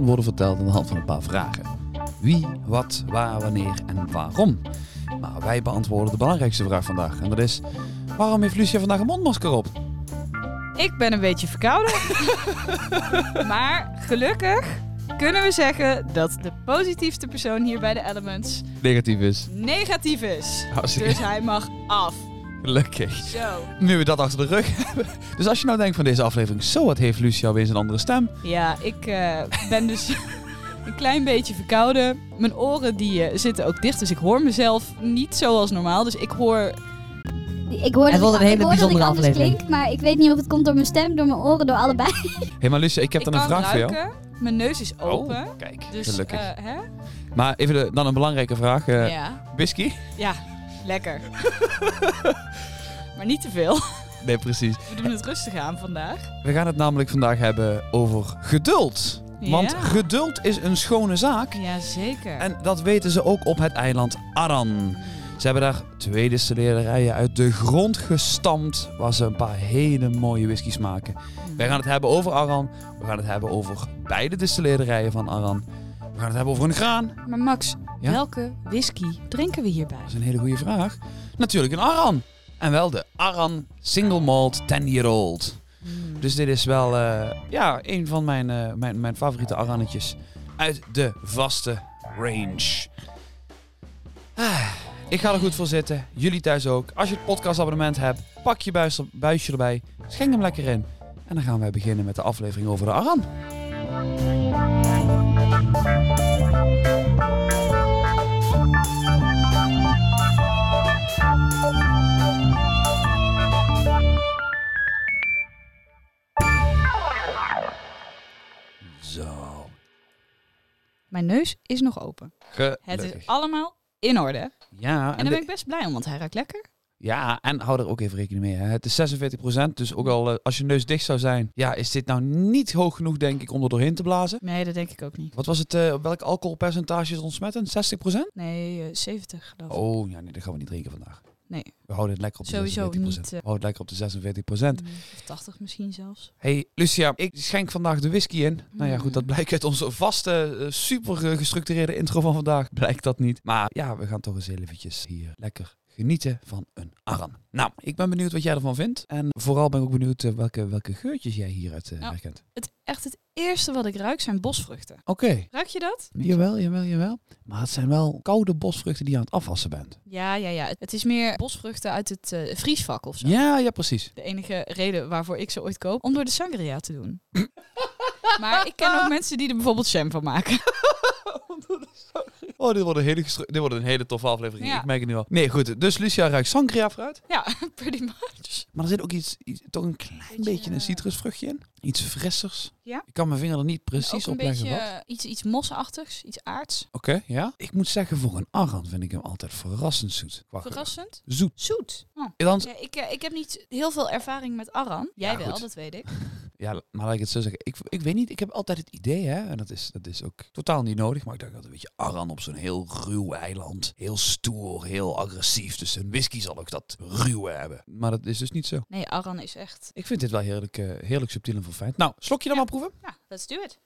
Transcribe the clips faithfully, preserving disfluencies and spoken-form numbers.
feiten worden verteld aan de hand van een paar vragen. Wie, wat, waar, wanneer en waarom. Maar wij beantwoorden de belangrijkste vraag vandaag. En dat is, waarom heeft Lucia vandaag een mondmasker op? Ik ben een beetje verkouden. Maar gelukkig kunnen we zeggen dat de positiefste persoon hier bij de Elements Negatief is. negatief is. Hartstikke Dus hij mag af. gelukkig. Zo. Nu we dat achter de rug hebben. Dus als je nou denkt van deze aflevering, zo wat heeft Lucia weer een andere stem. Ja, ik uh, ben dus een klein beetje verkouden. Mijn oren die uh, zitten ook dicht, dus ik hoor mezelf niet zoals normaal. Dus ik hoor... Ik hoor Het dat wordt ik, een hele ik hoor bijzondere dat ik anders aflevering. klink, maar ik weet niet of het komt door mijn stem, door mijn oren, door allebei. Hé hey, maar Lucia, ik heb ik dan een kan vraag voor jou. ruiken. Mijn neus is open. Oh, kijk, Dus, gelukkig. uh, hè? Maar even de, dan een belangrijke vraag. Uh, Ja. Whisky? Ja, lekker. Maar niet te veel. Nee, precies. We doen het rustig aan vandaag. We gaan het namelijk vandaag hebben over geduld. Want Ja. geduld is een schone zaak. Jazeker. En dat weten ze ook op het eiland Arran. Ze hebben daar twee distillerijen uit de grond gestampt, waar ze een paar hele mooie whiskies maken. Wij gaan het hebben over Arran. We gaan het hebben over beide distillerijen van Arran. We gaan het hebben over een graan. Maar Max, Ja? welke whisky drinken we hierbij? Dat is een hele goede vraag. Natuurlijk een Arran. En wel de Arran Single Malt ten year old. Mm. Dus dit is wel uh, ja, een van mijn, uh, mijn, mijn favoriete Arrannetjes uit de vaste range. Ah, ik ga er goed voor zitten. Jullie thuis ook. Als je het podcastabonnement hebt, pak je buis, buisje erbij. Schenk hem lekker in. En dan gaan wij beginnen met de aflevering over de Arran. Zo. Mijn neus is nog open. Het Gelukkig. is allemaal in orde. Ja, En daar ben ik best blij om, want hij ruikt lekker. Ja, en hou er ook even rekening mee. Hè. Het is zesenveertig procent, dus ook al uh, als je neus dicht zou zijn, ja, is dit nou niet hoog genoeg, denk ik, om er doorheen te blazen. Nee, dat denk ik ook niet. Wat was het, uh, welk alcoholpercentage is ontsmettend? zestig procent? Nee, uh, zeventig geloof ik. Oh, ja, nee, dat gaan we niet drinken vandaag. Nee. We houden het lekker op de Sowieso zesenveertig procent. niet, uh, We houden het lekker op de zesenveertig procent. Mm, Of tachtig misschien zelfs. Hey, Lucia, ik schenk vandaag de whisky in. Nou ja, Mm. goed, dat blijkt uit onze vaste, uh, super uh, gestructureerde intro van vandaag. Blijkt dat niet. Maar ja, we gaan toch eens heel eventjes hier lekker genieten van een Arran. Nou, ik ben benieuwd wat jij ervan vindt. En vooral ben ik ook benieuwd uh, welke, welke geurtjes jij hieruit uh, Nou. herkent. Het, echt het eerste wat ik ruik zijn bosvruchten. Oké. Okay. Ruik je dat? Jawel, jawel, jawel. Maar het zijn wel koude bosvruchten die je aan het afwassen bent. Ja, ja, ja. Het is meer bosvruchten uit het uh, vriesvak of zo. Ja, ja, precies. De enige reden waarvoor ik ze ooit koop, om door de sangria te doen. Maar ik ken ook mensen die er bijvoorbeeld jam van maken. Oh, dit wordt een hele, gestru- dit wordt een hele toffe aflevering. Ja. Ik merk het nu al. Nee, goed. Dus Lucia ruikt sangria fruit. Ja, pretty much. Maar er zit ook iets, iets toch een klein Beetje, beetje een uh, citrusvruchtje in. Iets frissers. Ja. Ik kan mijn vinger er niet precies Ook een op leggen beetje wat. uh, iets, iets mosachtigs, iets aards. Oké, okay, ja. Ik moet zeggen, voor een Arran vind ik hem altijd verrassend zoet. Qua Verrassend. geur. Zoet. Zoet. Oh. Dan, Ja, ik, uh, ik heb niet heel veel ervaring met Arran. Jij Ja, wel, goed. dat weet ik. ja, maar laat ik het zo zeggen. Ik, ik weet niet, ik heb altijd het idee, hè, en dat is, dat is ook totaal niet nodig, maar ik dacht dat een beetje Arran op zo'n heel ruw eiland. Heel stoer, heel agressief. Dus een whisky zal ook dat ruwe hebben. Maar dat is dus niet zo. Nee, Arran is echt... Ik vind dit wel heerlijk, uh, heerlijk subtiel en verfijnd. Nou, slokje dan Ja. maar proeven. Ja, let's do it.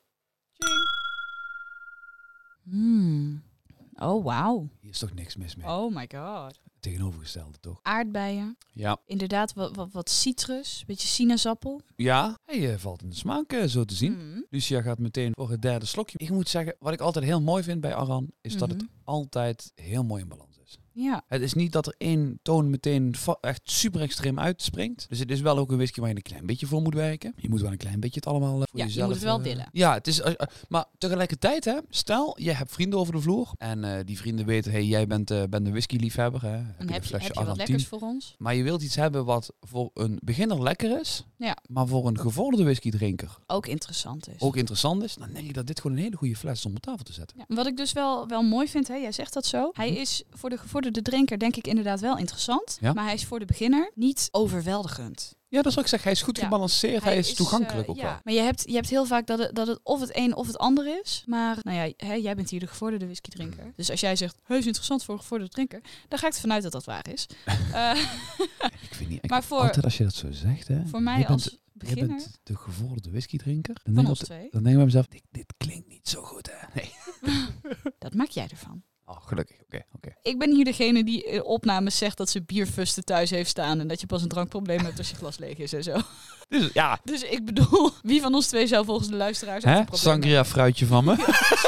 Mm. Oh, wauw. Hier is toch niks mis mee. Oh my god. Tegenovergestelde, toch? Aardbeien. Ja. Inderdaad, wat, wat, wat citrus. Beetje sinaasappel. Ja, hij uh, valt in de smaak, uh, zo te zien. Mm. Lucia gaat meteen voor het derde slokje. Ik moet zeggen, wat ik altijd heel mooi vind bij Arran, is mm-hmm. dat het altijd heel mooi in balans is. Ja. Het is niet dat er één toon meteen va- echt super extreem uitspringt. Dus het is wel ook een whisky waar je een klein beetje voor moet werken. Je moet wel een klein beetje het allemaal uh, voor Ja, jezelf... je moet het wel uh, willen. Ja, het is, uh, uh, maar tegelijkertijd, hè, stel je hebt vrienden over de vloer. En uh, die vrienden weten, hey, jij bent, uh, bent een whisky-liefhebber. Hè, heb En je heb een je, heb flesje je wat Arran lekkers tien. voor ons? Maar je wilt iets hebben wat voor een beginner lekker is. Ja. Maar voor een gevorderde whiskydrinker Ook interessant is. ook interessant is. Dan denk ik dat dit gewoon een hele goede fles is om op tafel te zetten. Ja, wat ik dus wel, wel mooi vind, hè, jij zegt dat zo. Hij is voor de gevorderde drinker denk ik inderdaad wel interessant. Ja. Maar hij is voor de beginner niet overweldigend. Ja, dat zou ik zeggen. Hij is goed Ja. gebalanceerd. Hij, is toegankelijk uh, ook ja. wel. Maar je hebt, je hebt heel vaak dat het, dat het of het een of het ander is. Maar nou ja, hè, jij bent hier de gevorderde whiskydrinker. Mm. Dus als jij zegt, heus interessant voor een gevorderde drinker, dan ga ik ervan uit dat dat waar is. uh, Ik weet niet. Ik Maar heb voor- altijd als je dat zo zegt, hè. voor mij je bent als Je beginner bent de gevorderde whiskydrinker. Dan van denk, ons ik op de- twee. dan denk ik bij mezelf, dit, dit klinkt niet zo goed, hè? Nee. Dat maak jij ervan. Oh, gelukkig. Oké, oké. Ik ben hier degene die in opnames zegt dat ze bierfusten thuis heeft staan en dat je pas een drankprobleem hebt als je glas leeg is en zo. Dus ja, Dus ik bedoel, wie van ons twee zou volgens de luisteraars ook hè? een probleem hebben? Sangria fruitje van me.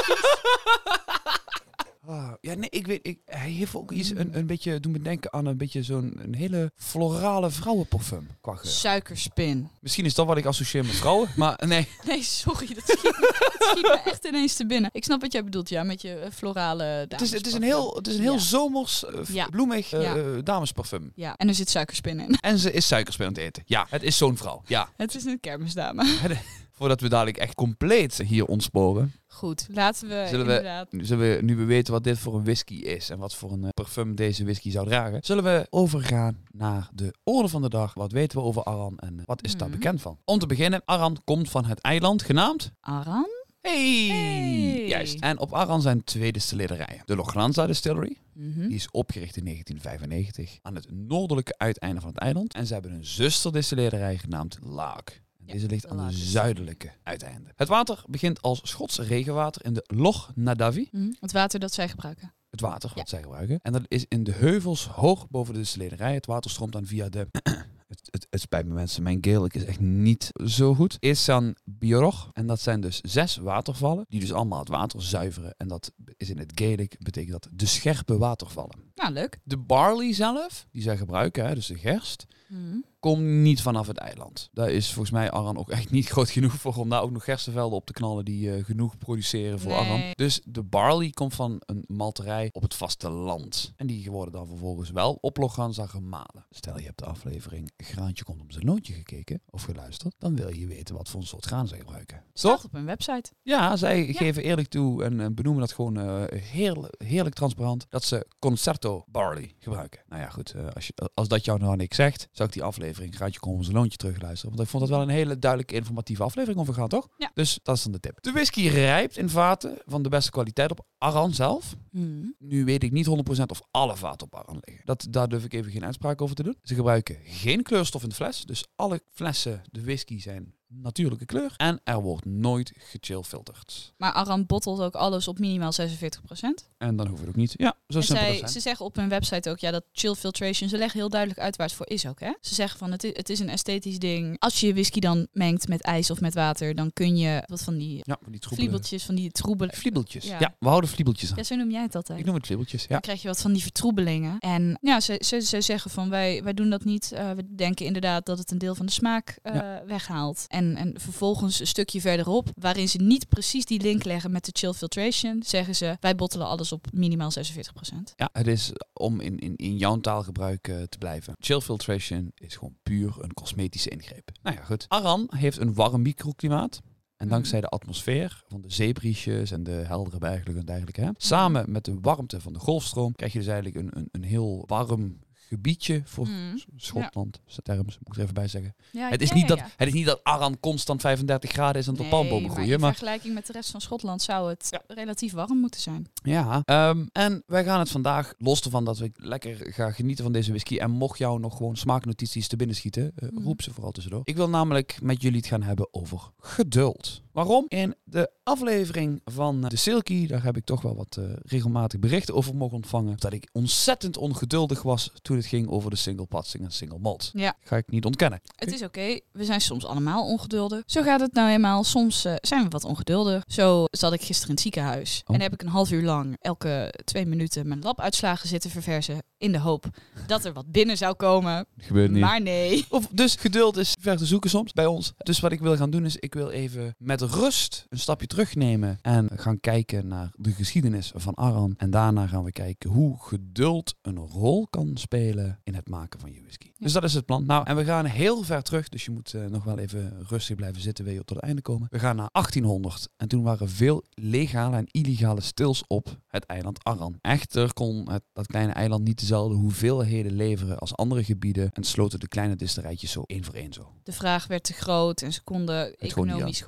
Ah, ja, nee, ik weet, ik, hij heeft ook iets, een, een beetje, doen me denken aan een beetje zo'n een hele florale vrouwenparfum qua geur. Suikerspin. Misschien is dat wat ik associeer met vrouwen, maar nee. Nee, sorry, dat schiet, me, dat schiet me echt ineens te binnen. Ik snap wat jij bedoelt, ja, met je eh, florale Het is, het is een damesparfum. heel, het is een heel Ja. zomers, uh, Ja. bloemig uh, Ja. uh, damesparfum. Ja, en er zit suikerspin in. En ze is suikerspin aan het eten. Ja, het is zo'n vrouw. Ja. Het is een kermisdame. Voordat we dadelijk echt compleet hier ontsporen, Goed, laten we Zullen we- inderdaad... zullen we, nu we weten wat dit voor een whisky is en wat voor een uh, parfum deze whisky zou dragen, zullen we overgaan naar de orde van de dag. Wat weten we over Aran en uh, wat is daar Mhm. bekend van? Om te beginnen, Aran komt van het eiland genaamd... Aran? Hey! Hey! Juist. En op Aran zijn twee distillerijen. De Logranza Distillery, Mhm. die is opgericht in negentien vijfennegentig aan het noordelijke uiteinde van het eiland. En ze hebben een zusterdistillerij genaamd Laak. Ja, Deze ligt de aan Laak de is- zuidelijke uiteinde. Het water begint als Schots regenwater in de Loch Nadavi. Mhm. Het water dat zij gebruiken. Het water wat Ja. zij gebruiken. En dat is in de heuvels hoog boven de distillerij. Het water stroomt dan via de... het, het, het spijt me mensen, mijn Gaelic is echt niet zo goed. Esan Biorog. En dat zijn dus zes watervallen. Die dus allemaal het water zuiveren. En dat is in het Gaelic, betekent dat de scherpe watervallen. Nou, leuk. De barley zelf, die zij gebruiken, hè, dus de gerst, Mhm. komt niet vanaf het eiland. Daar is volgens mij Aran ook echt niet groot genoeg voor om daar ook nog gerstenvelden op te knallen die uh, genoeg produceren voor Nee. Aran. Dus de barley komt van een malterij op het vasteland. En die worden dan vervolgens wel op Logranza gemalen. Stel je hebt de aflevering Graantje komt om zijn loontje gekeken of geluisterd, dan wil je weten wat voor een soort graan zij gebruiken. Staat Toch? op hun website. Ja, zij Ja. geven eerlijk toe en, en benoemen dat gewoon uh, heerlijk, heerlijk transparant, dat ze Concerto barley gebruiken. Nou ja, goed, uh, als, je, als dat jou nou niks zegt, zou ik die aflevering Graantje komt om zijn loontje terugluisteren. Want ik vond dat wel een hele duidelijke informatieve aflevering over gaan, toch? Ja. Dus dat is dan de tip. De whisky rijpt in vaten van de beste kwaliteit op Aran zelf. Mhm. Nu weet ik niet honderd procent of alle vaten op Aran liggen. Dat, daar durf ik even geen uitspraak over te doen. Ze gebruiken geen kleurstof in de fles. Dus alle flessen de whisky zijn natuurlijke kleur. En er wordt nooit gechillfilterd. Maar Aran bottelt ook alles op minimaal zesenveertig procent. En dan hoeft het ook niet. Ja, zo En simpel zij, dat zijn. ze zeggen op hun website ook, ja, dat chill filtration, ze leggen heel duidelijk uit waar het voor is ook, hè? Ze zeggen van, het is, het is een esthetisch ding. Als je je whisky dan mengt met ijs of met water, dan kun je wat van die Ja, van die troebele... vliebeltjes, van die troebelen. Vliebeltjes. Ja. Ja. we houden vliebeltjes aan. Ja, zo noem jij het altijd. Ik noem het vliebeltjes, ja. Dan krijg je wat van die vertroebelingen. En ja, ze, ze, ze zeggen van, wij, wij doen dat niet. Uh, we denken inderdaad dat het een deel van de smaak uh, ja. weghaalt. En, en vervolgens een stukje verderop, waarin ze niet precies die link leggen met de chill filtration, zeggen ze, wij bottelen alles op minimaal zesenveertig procent. Ja, het is om in, in, in jouw taalgebruik uh, te blijven. Chill filtration is gewoon puur een cosmetische ingreep. Nou ja, goed. Aran heeft een warm microklimaat. En dankzij de atmosfeer van de zeebriesjes en de heldere berglucht en dergelijke, hè, samen met de warmte van de golfstroom, krijg je dus eigenlijk een, een, een heel warm gebiedje voor Mm. Schotland. Ja. Terms, moet ik er even bij zeggen. Ja, Het is, ja, niet ja, dat, ja. het is niet dat Aran constant vijfendertig graden is en tot Nee, palmbomen maar groeien. in Maar vergelijking met de rest van Schotland zou het Ja. relatief warm moeten zijn. ja, um, en wij gaan het vandaag, los ervan dat we lekker gaan genieten van deze whisky. En mocht jou nog gewoon smaaknotities te binnen schieten, uh, Mm. roep ze vooral tussendoor. Ik wil namelijk met jullie het gaan hebben over geduld. Waarom? In de aflevering van de Silky, daar heb ik toch wel wat uh, regelmatig berichten over mogen ontvangen. Dat ik ontzettend ongeduldig was toen het ging over de single passing en single malt. Ja. Ga ik niet ontkennen. Het is oké, okay. We zijn soms allemaal ongeduldig. Zo gaat het nou eenmaal. Soms uh, zijn we wat ongeduldig. Zo zat ik gisteren in het ziekenhuis. Oh. En heb ik een half uur lang elke twee minuten mijn labuitslagen zitten verversen. In de hoop dat er wat binnen zou komen. Gebeurt niet. Maar nee. Of, dus geduld is ver te zoeken soms bij ons. Dus wat ik wil gaan doen is, ik wil even met rust een stapje terugnemen en gaan kijken naar de geschiedenis van Aran. En daarna gaan we kijken hoe geduld een rol kan spelen in het maken van je whisky. Ja. Dus dat is het plan. Nou, en we gaan heel ver terug, dus je moet uh, nog wel even rustig blijven zitten, wil je tot het einde komen. We gaan naar achttienhonderd en toen waren veel legale en illegale stils op het eiland Aran. Echter kon het, dat kleine eiland niet dezelfde hoeveelheden leveren als andere gebieden en sloten de kleine distillerijtjes zo één voor één zo. De vraag werd te groot en ze konden economisch gewoon niet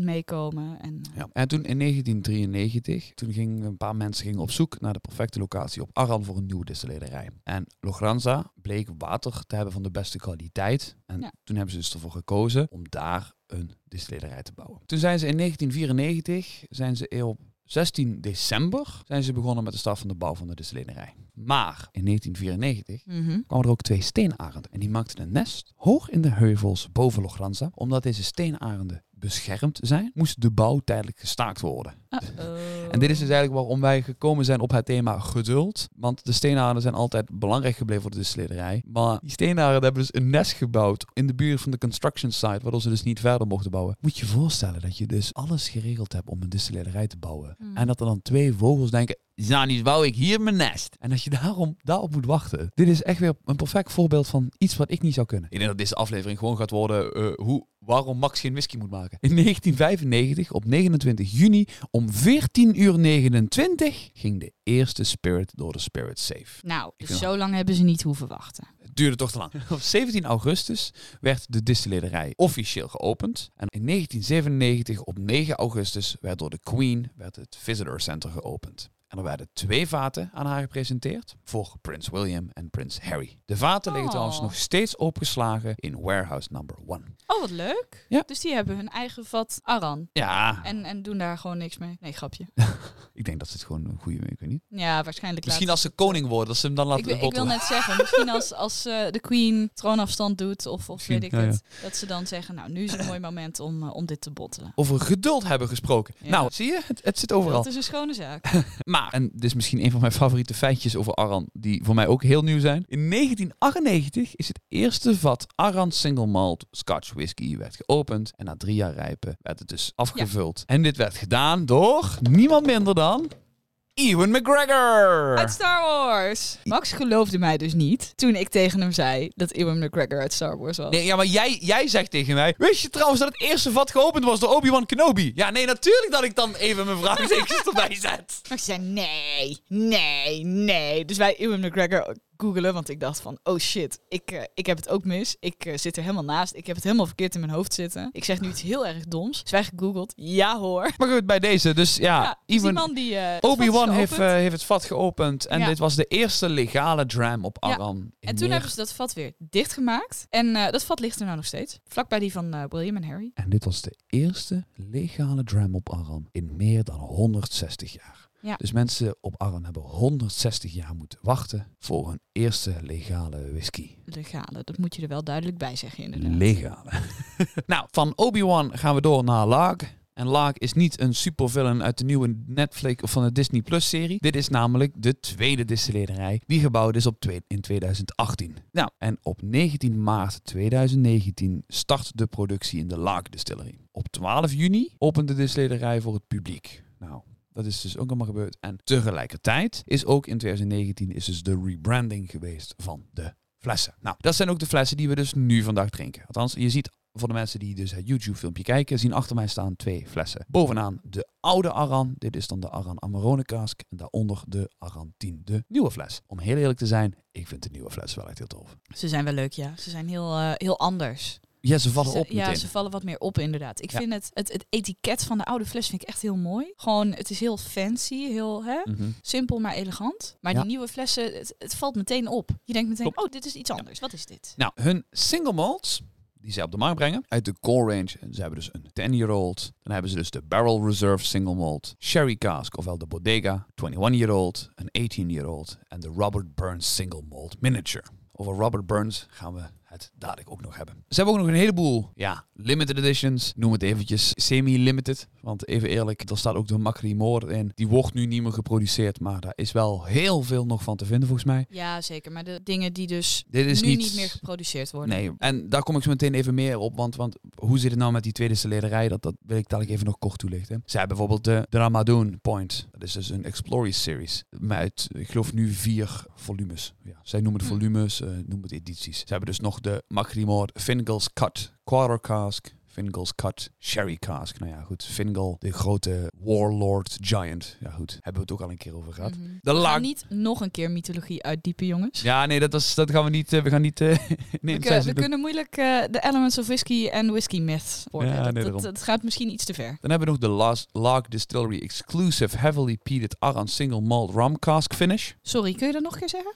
meekomen. En, Ja. En toen in negentien drieënnegentig, toen gingen een paar mensen gingen op zoek naar de perfecte locatie op Arran voor een nieuwe distillerij. En Logranza bleek water te hebben van de beste kwaliteit. En Ja. toen hebben ze dus ervoor gekozen om daar een distillerij te bouwen. Toen zijn ze in negentien vierennegentig, zijn ze op zestien december, zijn ze begonnen met de start van de bouw van de distillerij. Maar in negentien vierennegentig mm-hmm. kwamen er ook twee steenarenden. En die maakten een nest hoog in de heuvels boven Logranza. Omdat deze steenarenden beschermd zijn, moest de bouw tijdelijk gestaakt worden. En dit is dus eigenlijk waarom wij gekomen zijn op het thema geduld. Want de steenarenden zijn altijd belangrijk gebleven voor de distillerij. Maar die steenarenden hebben dus een nest gebouwd in de buurt van de construction site, waardoor ze dus niet verder mochten bouwen. Moet je je voorstellen dat je dus alles geregeld hebt om een distillerij te bouwen. Mm. En dat er dan twee vogels denken, nou, nu bouw ik hier mijn nest. En dat je daarom daarop moet wachten. Dit is echt weer een perfect voorbeeld van iets wat ik niet zou kunnen. Ik denk dat deze aflevering gewoon gaat worden uh, hoe, waarom Max geen whisky moet maken. In negentien vijfennegentig, op negenentwintig juni, om veertien uur negenentwintig, ging de eerste spirit door de Spirit Safe. Nou, Ik dus vind zo lang hebben ze niet hoeven wachten. Het duurde toch te lang. Op zeventien augustus werd de distillerij officieel geopend. En in negentien zevenennegentig, op negen augustus, werd door de Queen werd het Visitor Center geopend. En er werden twee vaten aan haar gepresenteerd voor Prins William en Prins Harry. De vaten liggen Oh. trouwens nog steeds opgeslagen in warehouse number one. Oh, wat leuk. Ja. Dus die hebben hun eigen vat Arran. Ja, En, en doen daar gewoon niks mee. Nee, grapje. ik denk dat ze het gewoon een goede, ik weet niet. Ja, waarschijnlijk Misschien laat- als ze koning worden, dat ze hem dan laten Ik, wil- ik wil bottelen. net zeggen, misschien als, als uh, de Queen troonafstand doet of, of Misschien, weet ik ja, het. Dat ze dan zeggen, nou, nu is een mooi moment om, uh, om dit te bottelen. Over geduld hebben gesproken. Ja. Nou, zie je? Het, het zit overal. Dat is een schone zaak. Maar, en dit is misschien een van mijn favoriete feitjes over Arran, die voor mij ook heel nieuw zijn. In negentien achtennegentig is het eerste vat Arran Single Malt Scotch Whisky werd geopend. En na drie jaar rijpen werd het dus afgevuld. En dit werd gedaan door niemand minder dan Ewan McGregor. Uit Star Wars! Max geloofde mij dus niet toen ik tegen hem zei dat Ewan McGregor uit Star Wars was. Nee, ja, maar jij, jij zegt tegen mij, wist je trouwens dat het eerste vat geopend was door Obi-Wan Kenobi? Ja, nee, natuurlijk dat ik dan even mijn vraagtekens erbij zet. Max zei nee, nee, nee. Dus wij Ewan McGregor googelen, want ik dacht van, oh shit, ik, uh, ik heb het ook mis. Ik uh, zit er helemaal naast. Ik heb het helemaal verkeerd in mijn hoofd zitten. Ik zeg nu iets heel erg doms. Dus wij gegoogeld. Ja hoor. Maar goed, bij deze, dus ja, Ja, dus die Ewan... man die... Uh, Obi-Wan heeft, uh, heeft het vat geopend en Ja. dit was de eerste legale dram op Ja. Arran. in En toen meer- hebben ze dat vat weer dichtgemaakt. En uh, dat vat ligt er nou nog steeds. Vlakbij die van uh, William en Harry. En dit was de eerste legale dram op Arran in meer dan honderdzestig jaar. Ja. Dus mensen op Arran hebben honderdzestig jaar moeten wachten voor hun eerste legale whisky. Legale, dat moet je er wel duidelijk bij zeggen inderdaad. Legale. Nou, van Obi-Wan gaan we door naar Larg. En Larg is niet een supervillain uit de nieuwe Netflix of van de Disney Plus serie. Dit is namelijk de tweede distillerij die gebouwd is op twee, in tweeduizend achttien. Nou, en op negentien maart tweeduizend negentien start de productie in de Larg Distillery. Op twaalf juni opent de distillerij voor het publiek. Nou, dat is dus ook allemaal gebeurd. En tegelijkertijd is ook in tweeduizend negentien is dus de rebranding geweest van de flessen. Nou, dat zijn ook de flessen die we dus nu vandaag drinken. Althans, je ziet voor de mensen die dus het YouTube-filmpje kijken, zien achter mij staan twee flessen. Bovenaan de oude Arran. Dit is dan de Arran Amarone cask. En daaronder de Arran tien, de nieuwe fles. Om heel eerlijk te zijn, ik vind de nieuwe fles wel echt heel tof. Ze zijn wel leuk, ja. Ze zijn heel, uh, heel anders. Ja, ze vallen Ze- op ja, meteen. ze vallen wat meer op inderdaad. Ik Ja. vind het, het, het etiket van de oude fles vind ik echt heel mooi. Gewoon, het is heel fancy, heel hè, Mhm. simpel maar elegant. Maar Ja. die nieuwe flessen, het, het valt meteen op. Je denkt meteen, Klopt. oh, dit is iets anders. Wat is dit? Nou, hun single malts die zij op de markt brengen uit de core range. En ze hebben dus een ten-year-old. Dan hebben ze dus de Barrel Reserve Single Malt, Sherry Cask, ofwel de Bodega, eenentwintig-year-old, een eighteen-year-old en de Robert Burns Single Malt Miniature. Over Robert Burns gaan we het dadelijk ook nog hebben. Ze hebben ook nog een heleboel, ja, limited editions. Noem het eventjes semi-limited. Want even eerlijk, er staat ook de Macri Moor in. Die wordt nu niet meer geproduceerd, maar daar is wel heel veel nog van te vinden volgens mij. Ja, zeker. Maar de dingen die dus Dit is nu niet... niet meer geproduceerd worden. Nee, en daar kom ik zo meteen even meer op, want, want hoe zit het nou met die tweede distillerij? Dat, dat wil ik dadelijk even nog kort toelichten. Zij hebben bijvoorbeeld de, de Ramadoun Point. Dat is dus een Explorer series. Met, ik geloof nu vier volumes. Ja, zij noemen het Hm. volumes, uh, noemen het edities. Ze hebben dus nog de Macrimor Fingal's Cut Quarter Cask, Fingal's Cut Sherry Cask. Nou ja, goed. Fingal, de grote warlord giant. Ja, goed. Hebben we het ook al een keer over gehad. Mm-hmm. De we laag... gaan niet nog een keer mythologie uitdiepen, jongens. Ja, nee, dat, is, dat gaan we niet... Uh, we gaan niet... Uh, nee, we, we kunnen moeilijk uh, de elements of whisky en whisky myth worden. Ja, dat, nee, dat, dat gaat misschien iets te ver. Dan hebben we nog de Last Log Distillery Exclusive Heavily Peated Arran Single Malt Rum Cask Finish. Sorry, kun je dat nog een keer zeggen?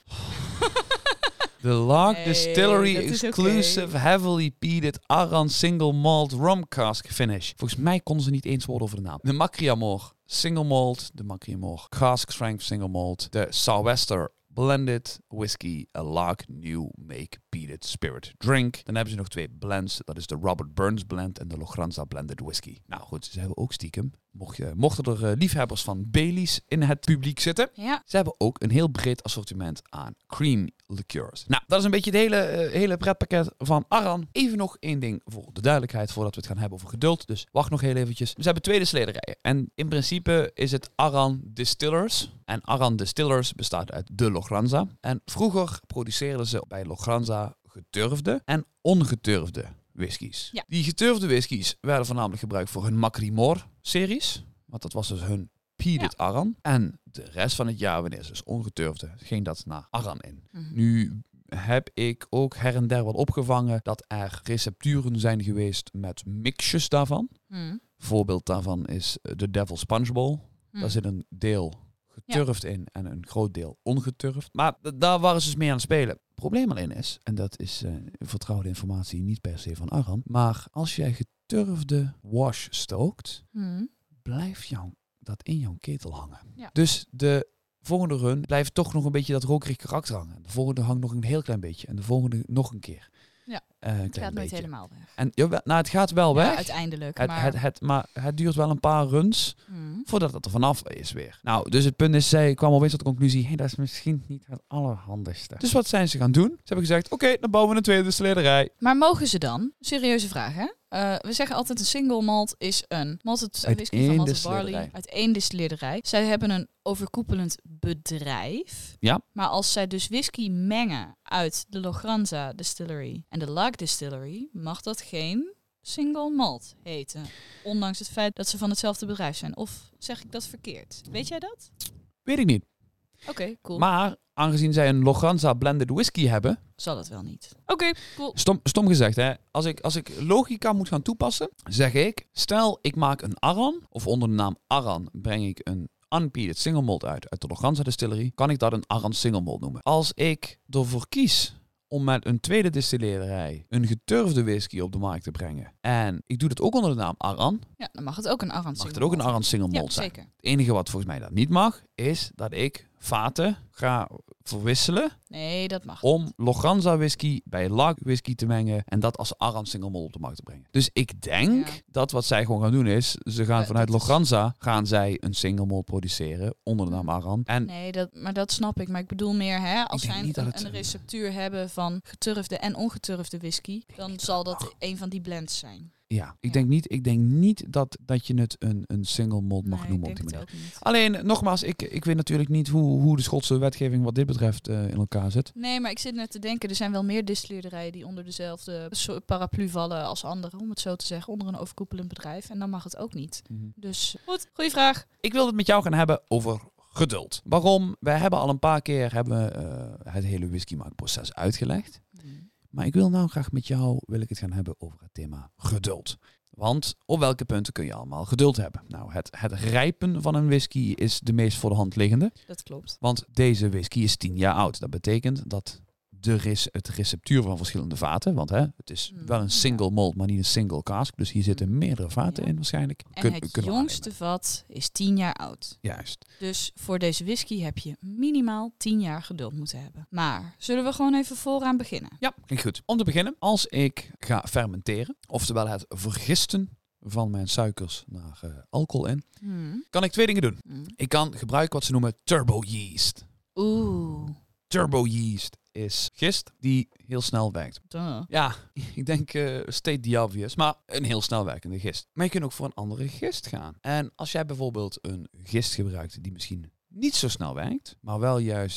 De Log Nee, Distillery dat is Exclusive okay. Heavily Peated Arran Single Malt Rum Cask Finish. Volgens mij konden ze niet eens woorden over de naam. De Macriamore Single Malt. De Macriamore Cask Strength Single Malt. De Sou'wester Blended Whisky, a Log New Make Peated Spirit Drink. Dan hebben ze nog twee blends. Dat is de Robert Burns Blend en de Logranza Blended Whisky. Nou goed, ze hebben ook stiekem, mocht je, mochten er uh, liefhebbers van Baileys in het publiek zitten. Ja. Ze hebben ook een heel breed assortiment aan cream liqueurs. Nou, dat is een beetje het hele, uh, hele pretpakket van Arran. Even nog één ding voor de duidelijkheid, voordat we het gaan hebben over geduld. Dus wacht nog heel eventjes. Ze hebben twee destillederijen. En in principe is het Arran Distillers. En Arran Distillers bestaat uit de Logranza. En vroeger produceerden ze bij Logranza geturfde en ongeturfde whiskies. Ja. Die geturfde whiskies werden voornamelijk gebruikt voor hun Macriamore-series. Want dat was dus hun peated ja. Arran. En de rest van het jaar, wanneer ze dus ongeturfde, ging dat naar Arran in. Mm-hmm. Nu heb ik ook her en der wat opgevangen dat er recepturen zijn geweest met mixjes daarvan. Mm. Voorbeeld daarvan is de Devil's Punch Bowl. Mm. Daar zit een deel geturfd ja. in en een groot deel ongeturfd. Maar d- daar waren ze dus mee aan het spelen. Het probleem alleen is, en dat is uh, vertrouwde informatie niet per se van Arran, maar als jij geturfde wash stookt, mm. blijft jou dat in jouw ketel hangen. Ja. Dus de volgende run blijft toch nog een beetje dat rokerig karakter hangen. De volgende hangt nog een heel klein beetje. En de volgende nog een keer. Ja, uh, het gaat beetje. nooit helemaal weg. En jawel, nou, het gaat wel ja, weg. Uiteindelijk. Het, maar... Het, het, maar het duurt wel een paar runs mm. voordat het er vanaf is weer. Nou, dus het punt is, zij kwam alweer tot de conclusie, hey, dat is misschien niet het allerhandigste. Dus wat zijn ze gaan doen? Ze hebben gezegd, oké, okay, dan bouwen we een tweede destillerij. Maar mogen ze dan? Serieuze vraag, hè? Uh, we zeggen altijd een single malt is een malted whisky van malted barley uit één distillerij. Zij hebben een overkoepelend bedrijf. Ja. Maar als zij dus whisky mengen uit de Logranza Distillery en de Log Distillery, mag dat geen single malt heten. Ondanks het feit dat ze van hetzelfde bedrijf zijn. Of zeg ik dat verkeerd? Weet jij dat? Weet ik niet. Oké, okay, cool. Maar aangezien zij een Logranza blended whisky hebben, zal het wel niet. Oké, okay, cool. Stom, stom gezegd, hè. Als ik, als ik logica moet gaan toepassen, zeg ik, stel ik maak een Arran, of onder de naam Arran breng ik een unpeated single malt uit, uit de Logranza Distillery, kan ik dat een Arran single malt noemen. Als ik ervoor kies om met een tweede distillerij een geturfde whisky op de markt te brengen, en ik doe dat ook onder de naam Arran, ja, dan mag het ook een Arran single mag het ook een Arran single malt ja, zijn. Zeker. Het enige wat volgens mij dat niet mag, is dat ik vaten ga verwisselen. Nee, dat mag. Om Logranza whisky bij Log whisky te mengen en dat als Arran single malt op de markt te brengen. Dus ik denk ja. dat wat zij gewoon gaan doen is, ze gaan ja, vanuit is... Logranza gaan zij een single malt produceren onder de naam Arran. En nee, dat, maar dat snap ik. Maar ik bedoel meer, hè, als zij een, het... een receptuur hebben van geturfde en ongeturfde whisky, dan zal dat mag. een van die blends zijn. Ja, ik ja. denk niet, ik denk niet dat, dat je het een, een single malt mag nee, noemen ik op die denk manier. het ook niet. Alleen, nogmaals, ik, ik weet natuurlijk niet hoe, hoe de Schotse wetgeving wat dit betreft uh, in elkaar zit. Nee, maar ik zit net te denken, er zijn wel meer distilleerderijen die onder dezelfde paraplu vallen als anderen, om het zo te zeggen, onder een overkoepelend bedrijf. En dan mag het ook niet. Mm-hmm. Dus goed, goeie vraag. Ik wil het met jou gaan hebben over geduld. Waarom? Wij hebben al een paar keer hebben, uh, het hele whiskymaakproces uitgelegd. Mm. Maar ik wil nou graag met jou wil ik het gaan hebben over het thema geduld. Want op welke punten kun je allemaal geduld hebben? Nou, het, het rijpen van een whisky is de meest voor de hand liggende. Dat klopt. Want deze whisky is tien jaar oud. Dat betekent dat de res, het receptuur van verschillende vaten, want hè, het is mm, wel een single ja. malt, maar niet een single cask. Dus hier zitten meerdere vaten ja. in waarschijnlijk. En Kun, het jongste vat is tien jaar oud. Juist. Dus voor deze whisky heb je minimaal tien jaar geduld moeten hebben. Maar zullen we gewoon even vooraan beginnen? Ja, klinkt goed. Om te beginnen, als ik ga fermenteren, oftewel het vergisten van mijn suikers naar uh, alcohol in, mm. kan ik twee dingen doen. Mm. Ik kan gebruiken wat ze noemen turbo yeast. Oeh. Turbo yeast is gist die heel snel werkt. Duh. Ja, ik denk uh, state the obvious, maar een heel snel werkende gist. Maar je kunt ook voor een andere gist gaan. En als jij bijvoorbeeld een gist gebruikt die misschien niet zo snel werkt, maar wel juist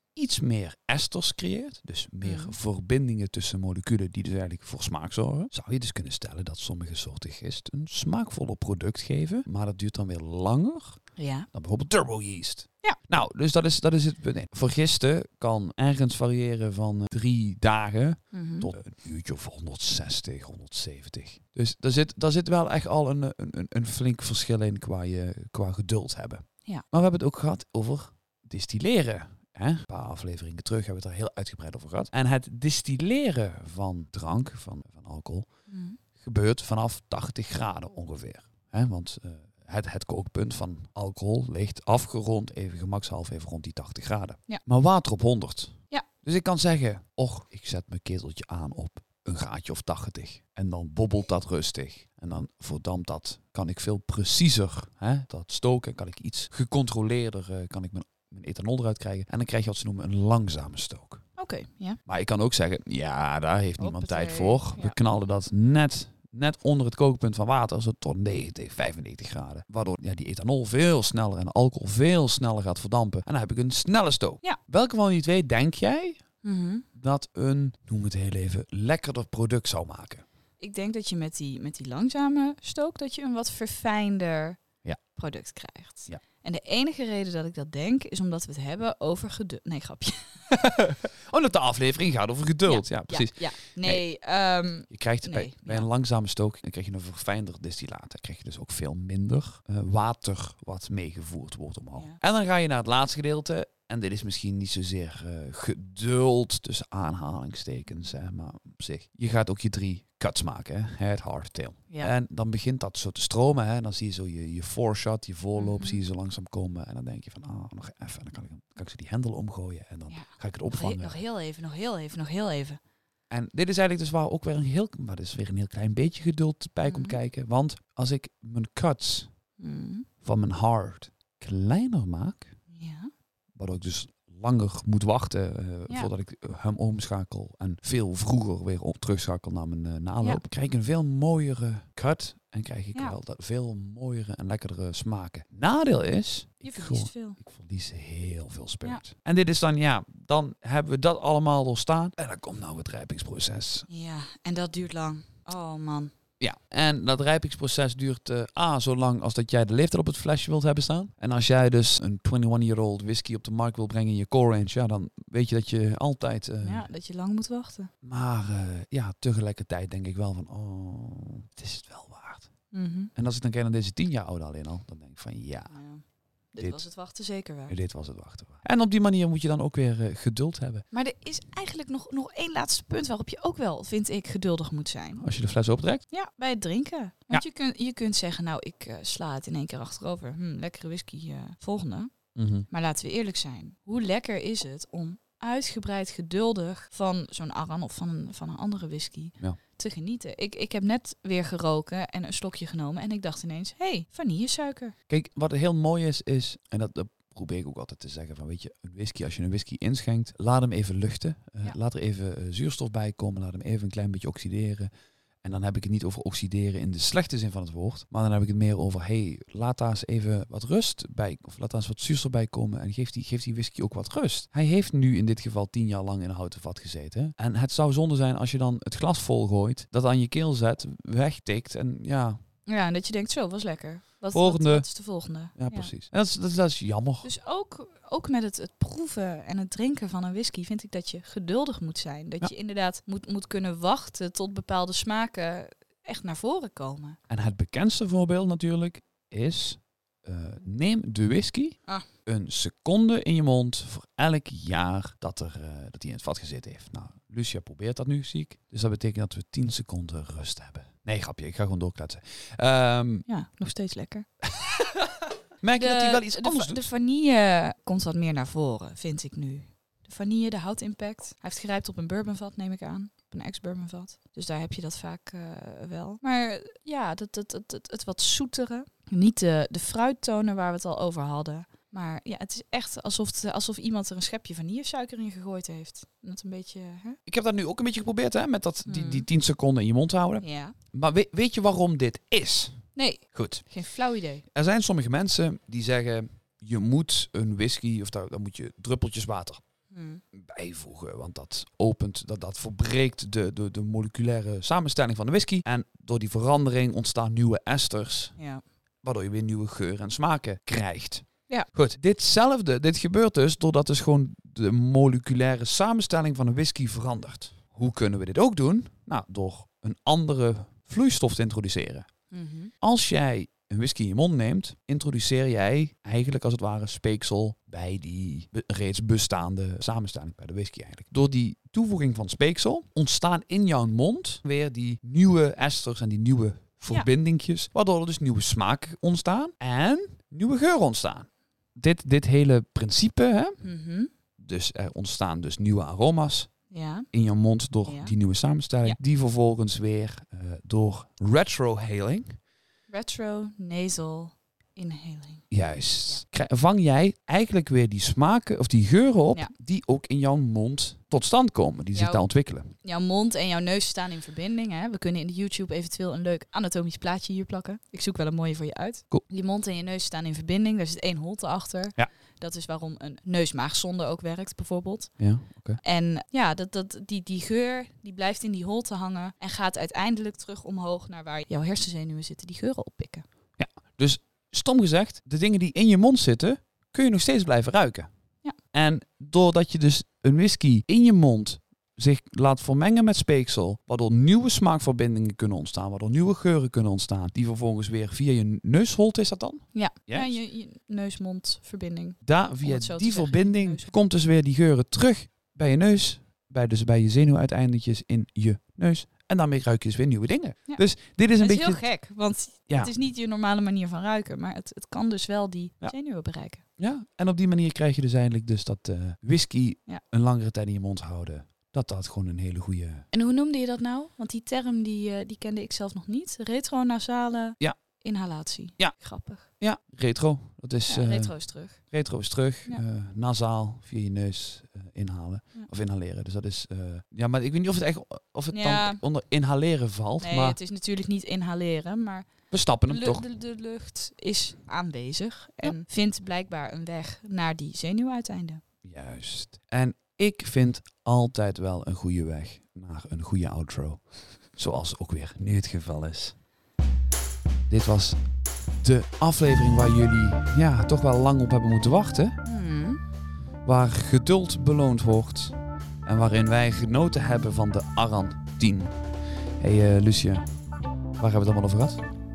iets meer esters creëert, dus meer Mm. verbindingen tussen moleculen die dus eigenlijk voor smaak zorgen, zou je dus kunnen stellen dat sommige soorten gist een smaakvoller product geven, maar dat duurt dan weer langer Ja. dan bijvoorbeeld turbo yeast. Ja. Nou, dus dat is, dat is het punt. Nee, voor gisten kan ergens variëren van uh, drie dagen Mhm. tot een uurtje of honderdzestig, honderdzeventig. Dus daar zit, daar zit wel echt al een, een, een, een flink verschil in qua, je, qua geduld hebben. Ja. Maar we hebben het ook gehad over distilleren. Hè? Een paar afleveringen terug hebben we het er heel uitgebreid over gehad. En het distilleren van drank, van, van alcohol, Mhm. gebeurt vanaf tachtig graden ongeveer. Hè? Want uh, het, het kookpunt van alcohol ligt afgerond, even gemakshalve even rond die tachtig graden. Ja. Maar water op honderd. Ja. Dus ik kan zeggen, och, ik zet mijn keteltje aan op een graadje of tachtig. En dan bobbelt dat rustig. En dan verdampt dat, kan ik veel preciezer, hè, dat stoken, kan ik iets gecontroleerder, uh, kan ik mijn, mijn ethanol eruit krijgen. En dan krijg je wat ze noemen een langzame stook. Oké, okay, ja. Maar ik kan ook zeggen, ja, daar heeft niemand Hoppatee, tijd voor. We ja. knallen dat net, net onder het kookpunt van water, zo tot negentig, vijfennegentig graden. Waardoor ja, die ethanol veel sneller en de alcohol veel sneller gaat verdampen. En dan heb ik een snelle stook. Ja. Welke van die twee denk jij Mm-hmm. dat een, noem het heel even, lekkerder product zou maken? Ik denk dat je met die, met die langzame stook, dat je een wat verfijnder Ja. product krijgt. Ja. En de enige reden dat ik dat denk, is omdat we het hebben over geduld. Nee, grapje. Oh, dat de aflevering gaat over geduld. Ja, precies. Ja, ja. Nee, ehm, Je krijgt Nee, bij, bij ja. een langzame stook, dan krijg je een verfijnder distillaat. Dan krijg je dus ook veel minder uh, water wat meegevoerd wordt omhoog. Ja. En dan ga je naar het laatste gedeelte. En dit is misschien niet zozeer uh, geduld tussen aanhalingstekens, hè, maar op zich. Je gaat ook je drie cuts maken, hè? Head, heart, tail. Ja. En dan begint dat zo te stromen. Hè? Dan zie je zo je, je voorshot, je voorloop, Mhm. zie je zo langzaam komen. En dan denk je van, ah, nog even. En dan kan ik, kan ik zo die hendel omgooien. En dan Ja. ga ik het nog, he- opvangen. nog heel even, nog heel even, nog heel even. En dit is eigenlijk dus waar ook weer een heel, maar dus weer een heel klein beetje geduld bij komt Mhm. kijken. Want als ik mijn cuts Mm. van mijn hard kleiner maak, Ja. waardoor ik dus langer moet wachten uh, Ja. voordat ik uh, hem omschakel en veel vroeger weer op terugschakel naar mijn uh, naloop, Ja. krijg ik een veel mooiere cut en krijg ik Ja. wel dat veel mooiere en lekkerdere smaken. Nadeel is, Je ik, verliest gewoon- veel. ik verlies heel veel spirit. En dit is dan, ja, dan hebben we dat allemaal doorstaan en dan komt nou het rijpingsproces. Ja, en dat duurt lang. Oh man. Ja, en dat rijpingsproces duurt uh, A, zo lang als dat jij de leeftijd op het flesje wilt hebben staan. En als jij dus een eenentwintig-year-old whisky op de markt wil brengen in je core range, ja, dan weet je dat je altijd... Uh, Ja, dat je lang moet wachten. Maar uh, ja, tegelijkertijd denk ik wel van, oh, het is het wel waard. Mhm. En als ik dan kijk naar deze tien jaar oude alleen al, dan denk ik van, ja, Nou ja, dit, Dit- was het wachten zeker wel. dit was het wachten. En op die manier moet je dan ook weer uh, geduld hebben. Maar er is eigenlijk nog, nog één laatste punt waarop je ook wel, vind ik, geduldig moet zijn. Als je de fles optrekt. Ja, bij het drinken. Want je, kunt, je kunt zeggen, nou, ik uh, sla het in één keer achterover. Hm, lekkere whisky, uh, volgende. Mm-hmm. Maar laten we eerlijk zijn. Hoe lekker is het om uitgebreid geduldig van zo'n Arran of van een, van een andere whisky Ja. te genieten? Ik, ik heb net weer geroken en een slokje genomen en ik dacht ineens, hé, hey, vanillesuiker. Kijk, wat heel mooi is, is, en dat, dat probeer ik ook altijd te zeggen, van weet je, een whisky, als je een whisky inschenkt, laat hem even luchten. Uh, Ja. Laat er even uh, zuurstof bij komen, laat hem even een klein beetje oxideren. En dan heb ik het niet over oxideren in de slechte zin van het woord, maar dan heb ik het meer over, hey, laat daar eens even wat rust bij, of laat daar eens wat zuurstof bij komen en geef die, geef die whisky ook wat rust. Hij heeft nu in dit geval tien jaar lang in een houten vat gezeten. En het zou zonde zijn als je dan het glas vol gooit, dat aan je keel zet, wegtikt en ja, Ja, en dat je denkt, zo, was lekker. Wat, Volgende. Wat, wat is de volgende? ja, precies. En dat is, dat is, dat is jammer. Dus ook, ook met het, het proeven en het drinken van een whisky vind ik dat je geduldig moet zijn. Dat Ja. je inderdaad moet, moet kunnen wachten tot bepaalde smaken echt naar voren komen. En het bekendste voorbeeld natuurlijk is, uh, neem de whisky Ah. een seconde in je mond voor elk jaar dat, er, uh, dat hij in het vat gezeten heeft. Nou, Lucia probeert dat nu, zie ik. Dus dat betekent dat we tien seconden rust hebben. Nee, grapje, ik ga gewoon doorkletsen. Um, Ja, nog steeds lekker. merk je dat hij wel iets de, anders de, doet? de vanille komt wat meer naar voren, vind ik nu. De vanille, de houtimpact. Hij heeft gerijpt op een bourbonvat, neem ik aan. Op een ex-bourbonvat. Dus daar heb je dat vaak uh, wel. Maar ja, dat, dat, dat, dat, het wat zoetere. Niet de, de fruittonen waar we het al over hadden. Maar ja, het is echt alsof, het, alsof iemand er een schepje vanillesuiker in gegooid heeft. Dat een beetje... Hè? Ik heb dat nu ook een beetje geprobeerd, hè, met dat, die, Hmm. die tien seconden in je mond houden. Ja. Maar weet, weet je waarom dit is? Nee, Goed. geen flauw idee. Er zijn sommige mensen die zeggen, je moet een whisky, of daar, daar moet je druppeltjes water. Hmm. bijvoegen. Want dat opent, dat, dat verbreekt de, de, de moleculaire samenstelling van de whisky. En door die verandering ontstaan nieuwe esters. Ja. Waardoor je weer nieuwe geuren en smaken krijgt. Ja. Goed, ditzelfde, dit gebeurt dus doordat dus gewoon de moleculaire samenstelling van een whisky verandert. Hoe kunnen we dit ook doen? Nou, door een andere vloeistof te introduceren. Mm-hmm. Als jij een whisky in je mond neemt, introduceer jij eigenlijk als het ware speeksel bij die be- reeds bestaande samenstelling, bij de whisky eigenlijk. Door die toevoeging van speeksel ontstaan in jouw mond weer die nieuwe esters en die nieuwe verbindingjes, waardoor er dus nieuwe smaak ontstaan en nieuwe geuren ontstaan. Dit, dit hele principe, hè? Mm-hmm. Dus er ontstaan dus nieuwe aroma's Ja. in je mond door Ja. die nieuwe samenstelling, Ja. die vervolgens weer uh, door retrohaling, Retro-nasal inhaling. juist, krij- vang jij eigenlijk weer die smaken of die geuren op Ja. die ook in jouw mond tot stand komen, die zich Jouw- daar ontwikkelen. Jouw mond en jouw neus staan in verbinding. Hè? We kunnen in de YouTube eventueel een leuk anatomisch plaatje hier plakken. Ik zoek wel een mooie voor je uit. Cool. Je mond en je neus staan in verbinding. Daar zit één holte achter. Ja. Dat is waarom een neus-maagsonde ook werkt, bijvoorbeeld. Ja, oké. En ja, dat, dat, die, die geur die blijft in die holte hangen en gaat uiteindelijk terug omhoog naar waar jouw hersenzenuwen zitten, die geuren oppikken. Dus stom gezegd, de dingen die in je mond zitten, kun je nog steeds blijven ruiken. Ja. En doordat je dus een whisky in je mond zich laat vermengen met speeksel, waardoor nieuwe smaakverbindingen kunnen ontstaan, waardoor nieuwe geuren kunnen ontstaan, die vervolgens weer via je neusholte, is dat dan? Ja, Yes. ja je, je neus-mond-verbinding. Daar, Om via het zo te die zeggen, verbinding, neus. komt dus weer die geuren terug bij je neus, bij, dus bij je zenuwuiteindetjes in je neus. En daarmee ruik je dus weer nieuwe dingen. Ja. Dus dit is een Het is beetje... heel gek, want Ja. het is niet je normale manier van ruiken, maar het, het kan dus wel die Ja. zenuwen bereiken. Ja, en op die manier krijg je dus eigenlijk dus dat eh, whisky Ja. een langere tijd in je mond houden. Dat dat gewoon een hele goede... En hoe noemde je dat nou? Want die term die, eh, die kende ik zelf nog niet. Retronasale Ja. inhalatie. Ja. Grappig. Ja, retro. Dat is, Ja, eh, retro is terug. retro is terug. Ja. eh, nasaal via je neus eh, inhalen. Ja. Of inhaleren. Dus dat is... eh, ja, maar ik weet niet of het echt of het Ja. dan onder inhaleren valt. Nee, maar het is natuurlijk niet inhaleren, maar we stappen de, hem lu- toch. de, de lucht is aanwezig en vindt blijkbaar een weg naar die zenuwuiteinden. Juist. En ik vind altijd wel een goede weg naar een goede outro. Zoals ook weer nu het geval is. Dit was de aflevering waar jullie ja, toch wel lang op hebben moeten wachten. Hmm. Waar geduld beloond wordt. En waarin wij genoten hebben van de Aran tien. Hé hey, uh, Lucia, waar hebben we het allemaal over gehad?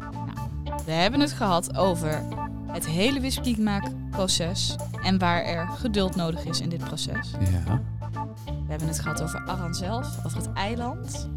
We hebben het gehad over het hele whiskymaakproces en waar er geduld nodig is in dit proces. Ja. We hebben het gehad over Aran zelf, over het eiland.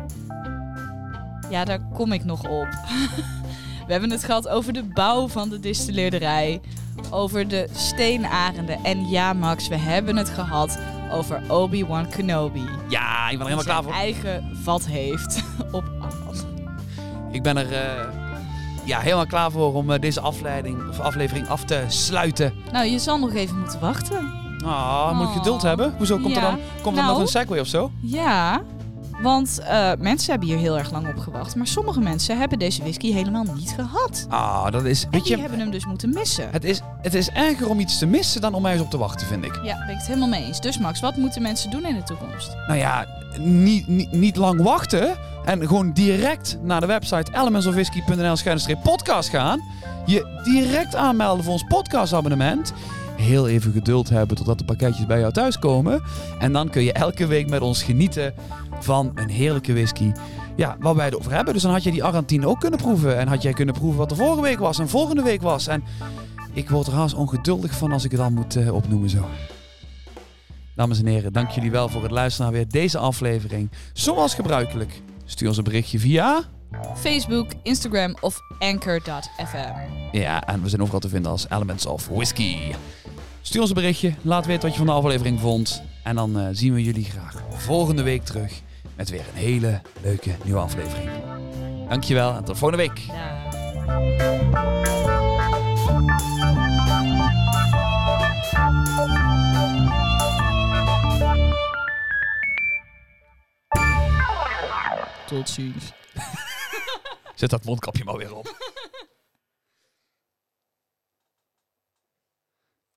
Ja, daar kom ik nog op. We hebben het gehad over de bouw van de distilleerderij, over de steenarenden. En ja, Max, we hebben het gehad over Obi-Wan Kenobi. Ja, ik ben er helemaal Die klaar zijn voor. eigen vat heeft op Aran. Ik ben er uh, ja, helemaal klaar voor om uh, deze afleiding, of aflevering af te sluiten. Nou, je zal nog even moeten wachten. Ah, moet ik Oh. geduld hebben? Hoezo? Komt Ja. er dan, komt er Nou. nog een segway of zo? Ja, want uh, mensen hebben hier heel erg lang op gewacht. Maar sommige mensen hebben deze whisky helemaal niet gehad. Ah, dat is, En weet die je, hebben hem dus moeten missen. het is, het is erger om iets te missen dan om ergens op te wachten, vind ik. Ja, ben ik het helemaal mee eens. Dus Max, wat moeten mensen doen in de toekomst? Nou ja, niet, niet, niet lang wachten en gewoon direct naar de website elementsofwhisky punt n l schuine podcast gaan. Je direct aanmelden voor ons podcastabonnement. Heel even geduld hebben totdat de pakketjes bij jou thuis komen. En dan kun je elke week met ons genieten van een heerlijke whisky. Ja, waar wij het over hebben. Dus dan had je die Aran tien ook kunnen proeven. En had jij kunnen proeven wat er vorige week was en volgende week was. En ik word er haast ongeduldig van als ik het dan moet uh, opnoemen zo. Dames en heren, dank jullie wel voor het luisteren naar weer deze aflevering. Zoals gebruikelijk, stuur ons een berichtje via... Facebook, Instagram of anchor punt f m. Ja, en we zijn overal te vinden als Elements of Whisky. Stuur ons een berichtje, laat weten wat je van de aflevering vond. En dan uh, zien we jullie graag volgende week terug met weer een hele leuke nieuwe aflevering. Dankjewel en tot volgende week. Tot ziens. Zet dat mondkapje maar weer op.